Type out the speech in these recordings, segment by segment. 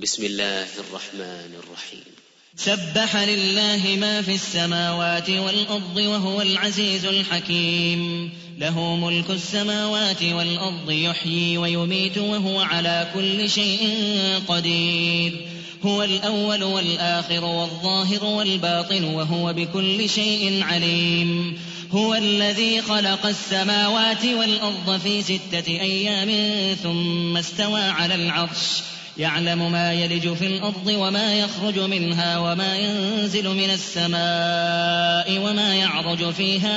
بسم الله الرحمن الرحيم. سبح لله ما في السماوات والأرض وهو العزيز الحكيم. له ملك السماوات والأرض يحيي ويميت وهو على كل شيء قدير. هو الأول والآخر والظاهر والباطن وهو بكل شيء عليم. هو الذي خلق السماوات والأرض في 6 أيام ثم استوى على العرش يعلم ما يلج في الأرض وما يخرج منها وما ينزل من السماء وما يعرج فيها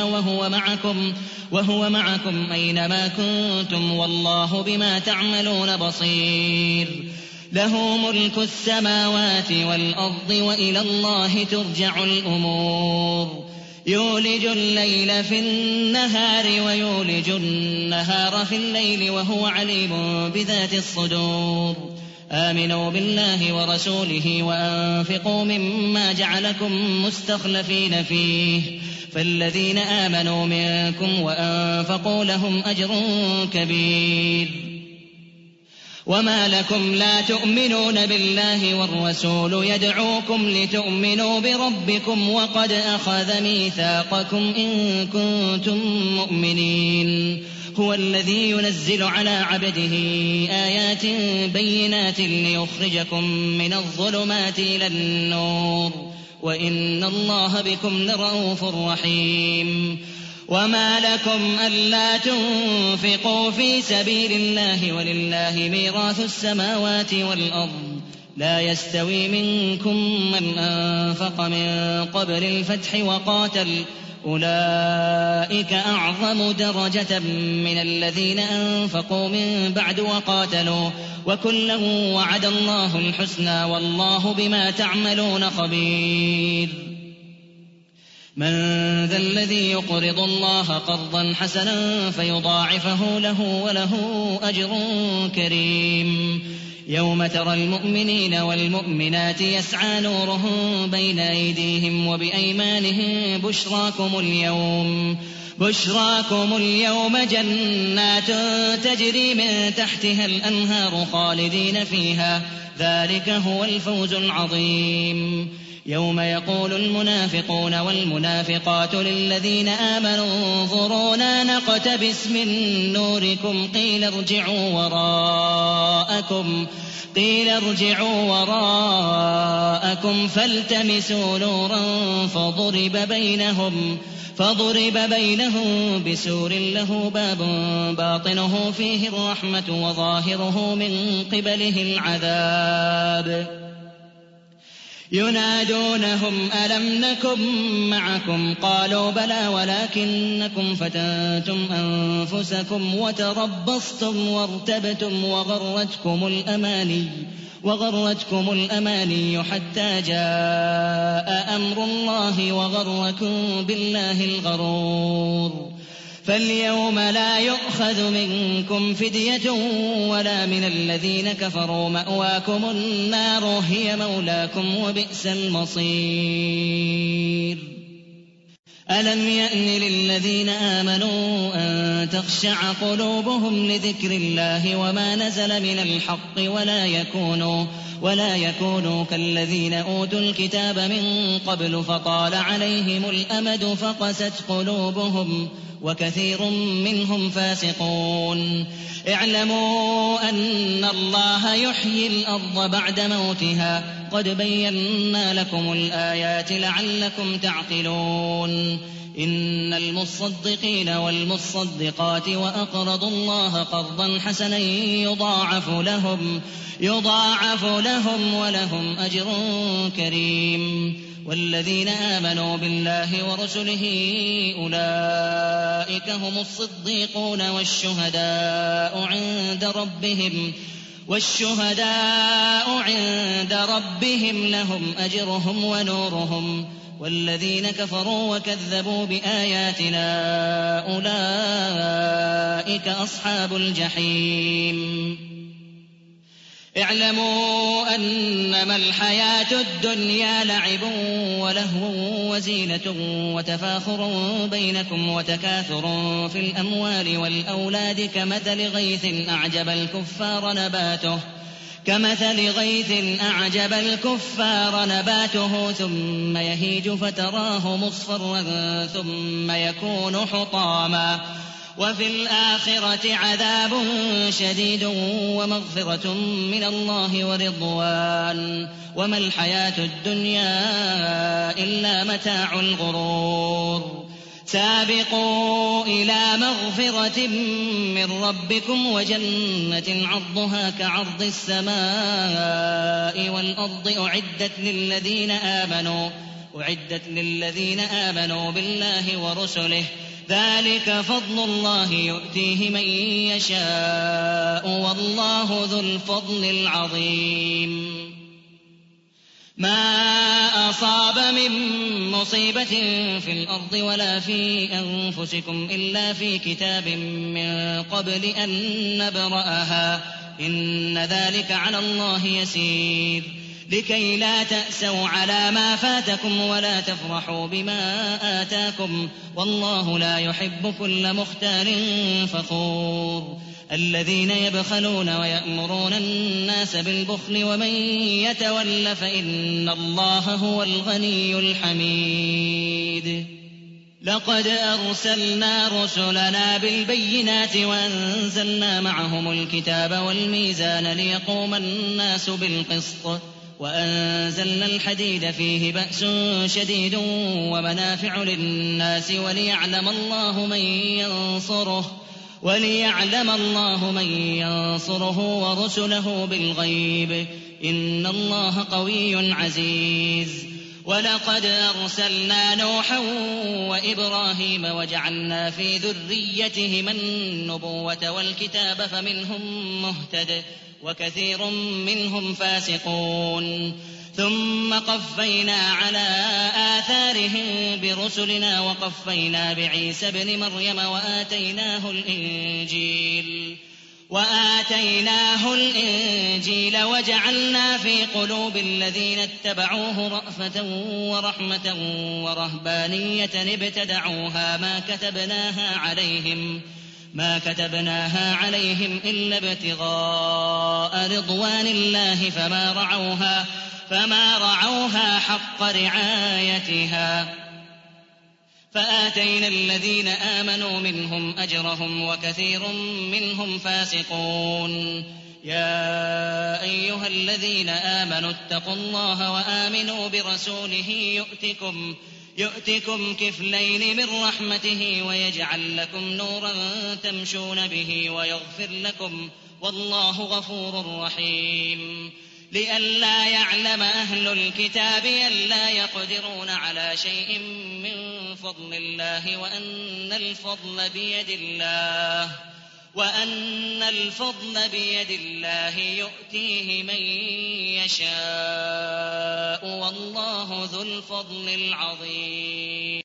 وهو معكم أينما كنتم والله بما تعملون بصير. له ملك السماوات والأرض وإلى الله ترجع الأمور. يولج الليل في النهار ويولج النهار في الليل وهو عليم بذات الصدور. آمنوا بالله ورسوله وأنفقوا مما جعلكم مستخلفين فيه فالذين آمنوا منكم وأنفقوا لهم أجر كبير. وما لكم لا تؤمنون بالله والرسول يدعوكم لتؤمنوا بربكم وقد أخذ ميثاقكم إن كنتم مؤمنين. هو الذي ينزل على عبده آيات بينات ليخرجكم من الظلمات إلى النور وإن الله بكم لرءوف رحيم. وما لكم ألا تنفقوا في سبيل الله ولله ميراث السماوات والأرض لا يستوي منكم من أنفق من قبل الفتح وقاتل أولئك أعظم درجة من الذين أنفقوا من بعد وقاتلوا وكلا وعد الله الحسنى والله بما تعملون خبير. من ذا الذي يقرض الله قرضا حسنا فيضاعفه له وله أجر كريم. يوم ترى المؤمنين والمؤمنات يسعى نورهم بين أيديهم وبأيمانهم بشراكم اليوم جنات تجري من تحتها الأنهار خالدين فيها ذلك هو الفوز العظيم. يوم يقول المنافقون والمنافقات للذين آمنوا انظرونا نقتبس من نوركم قيل ارجعوا وراءكم فالتمسوا نورا فضرب بينهم بسور له باب باطنه فيه الرحمة وظاهره من قبله العذاب. ينادونهم ألم نكن معكم قالوا بلى ولكنكم فتنتم أنفسكم وتربصتم وارتبتم وغرتكم الأماني حتى جاء أمر الله وغركم بالله الغرور. فاليوم لا يؤخذ منكم فدية ولا من الذين كفروا مأواكم النار هي مولاكم وبئس المصير. ألم يأن للذين آمنوا أن تخشع قلوبهم لذكر الله وما نزل من الحق ولا يكونوا كالذين أوتوا الكتاب من قبل فطال عليهم الأمد فقست قلوبهم وكثير منهم فاسقون. اعلموا أن الله يحيي الأرض بعد موتها قد بينا لكم الآيات لعلكم تعقلون. إن المصدقين والمصدقات وأقرضوا الله قرضا حسنا يضاعف لهم ولهم أجر كريم. والذين آمنوا بالله ورسله أولئك هم الصديقون والشهداء عند ربهم لهم أجرهم ونورهم. والذين كفروا وكذبوا بآياتنا أولئك أصحاب الجحيم. اعلموا أنما الحياة الدنيا لعب ولهو وزينة وتفاخر بينكم وتكاثر في الأموال والأولاد كمثل غيث كمثل غيث أعجب الكفار نباته ثم يهيج فتراه مصفرا ثم يكون حطاما وفي الآخرة عذاب شديد ومغفرة من الله ورضوان وما الحياة الدنيا إلا متاع الغرور سابقوا إلى مغفرة من ربكم وجنة عرضها كعرض السماء والأرض أعدت للذين آمنوا بالله ورسله ذلك فضل الله يؤتيه من يشاء والله ذو الفضل العظيم ما أصاب من مصيبة في الأرض ولا في أنفسكم إلا في كتاب من قبل أن نبرأها إن ذلك على الله يسير لكي لا تأسوا على ما فاتكم ولا تفرحوا بما آتاكم والله لا يحب كل مختال فخور الذين يبخلون ويأمرون الناس بالبخل ومن يتول فإن الله هو الغني الحميد لقد أرسلنا رسلنا بالبينات وأنزلنا معهم الكتاب والميزان ليقوم الناس بالقسط وأنزلنا الحديد فيه بأس شديد ومنافع للناس وليعلم الله من ينصره ورسله بالغيب إن الله قوي عزيز ولقد أرسلنا نوحا وإبراهيم وجعلنا في ذريتهما النبوة والكتاب فمنهم مهتد وكثير منهم فاسقون ثم قفينا على آثارهم برسلنا وقفينا بعيسى ابن مريم وآتيناه الإنجيل وجعلنا في قلوب الذين اتبعوه رأفة ورحمة ورهبانية ابتدعوها ما كتبناها عليهم إلا ابتغاء رضوان الله فما رعوها حق رعايتها فآتينا الذين آمنوا منهم أجرهم وكثير منهم فاسقون يا أيها الذين آمنوا اتقوا الله وآمنوا برسوله يؤتكم كفلين من رحمته ويجعل لكم نورا تمشون به ويغفر لكم والله غفور رحيم لئلا يعلم أهل الكتاب ألا يقدرون على شيء من فضل الله وأن الفضل بيد الله يؤتيه من يشاء والله ذو الفضل العظيم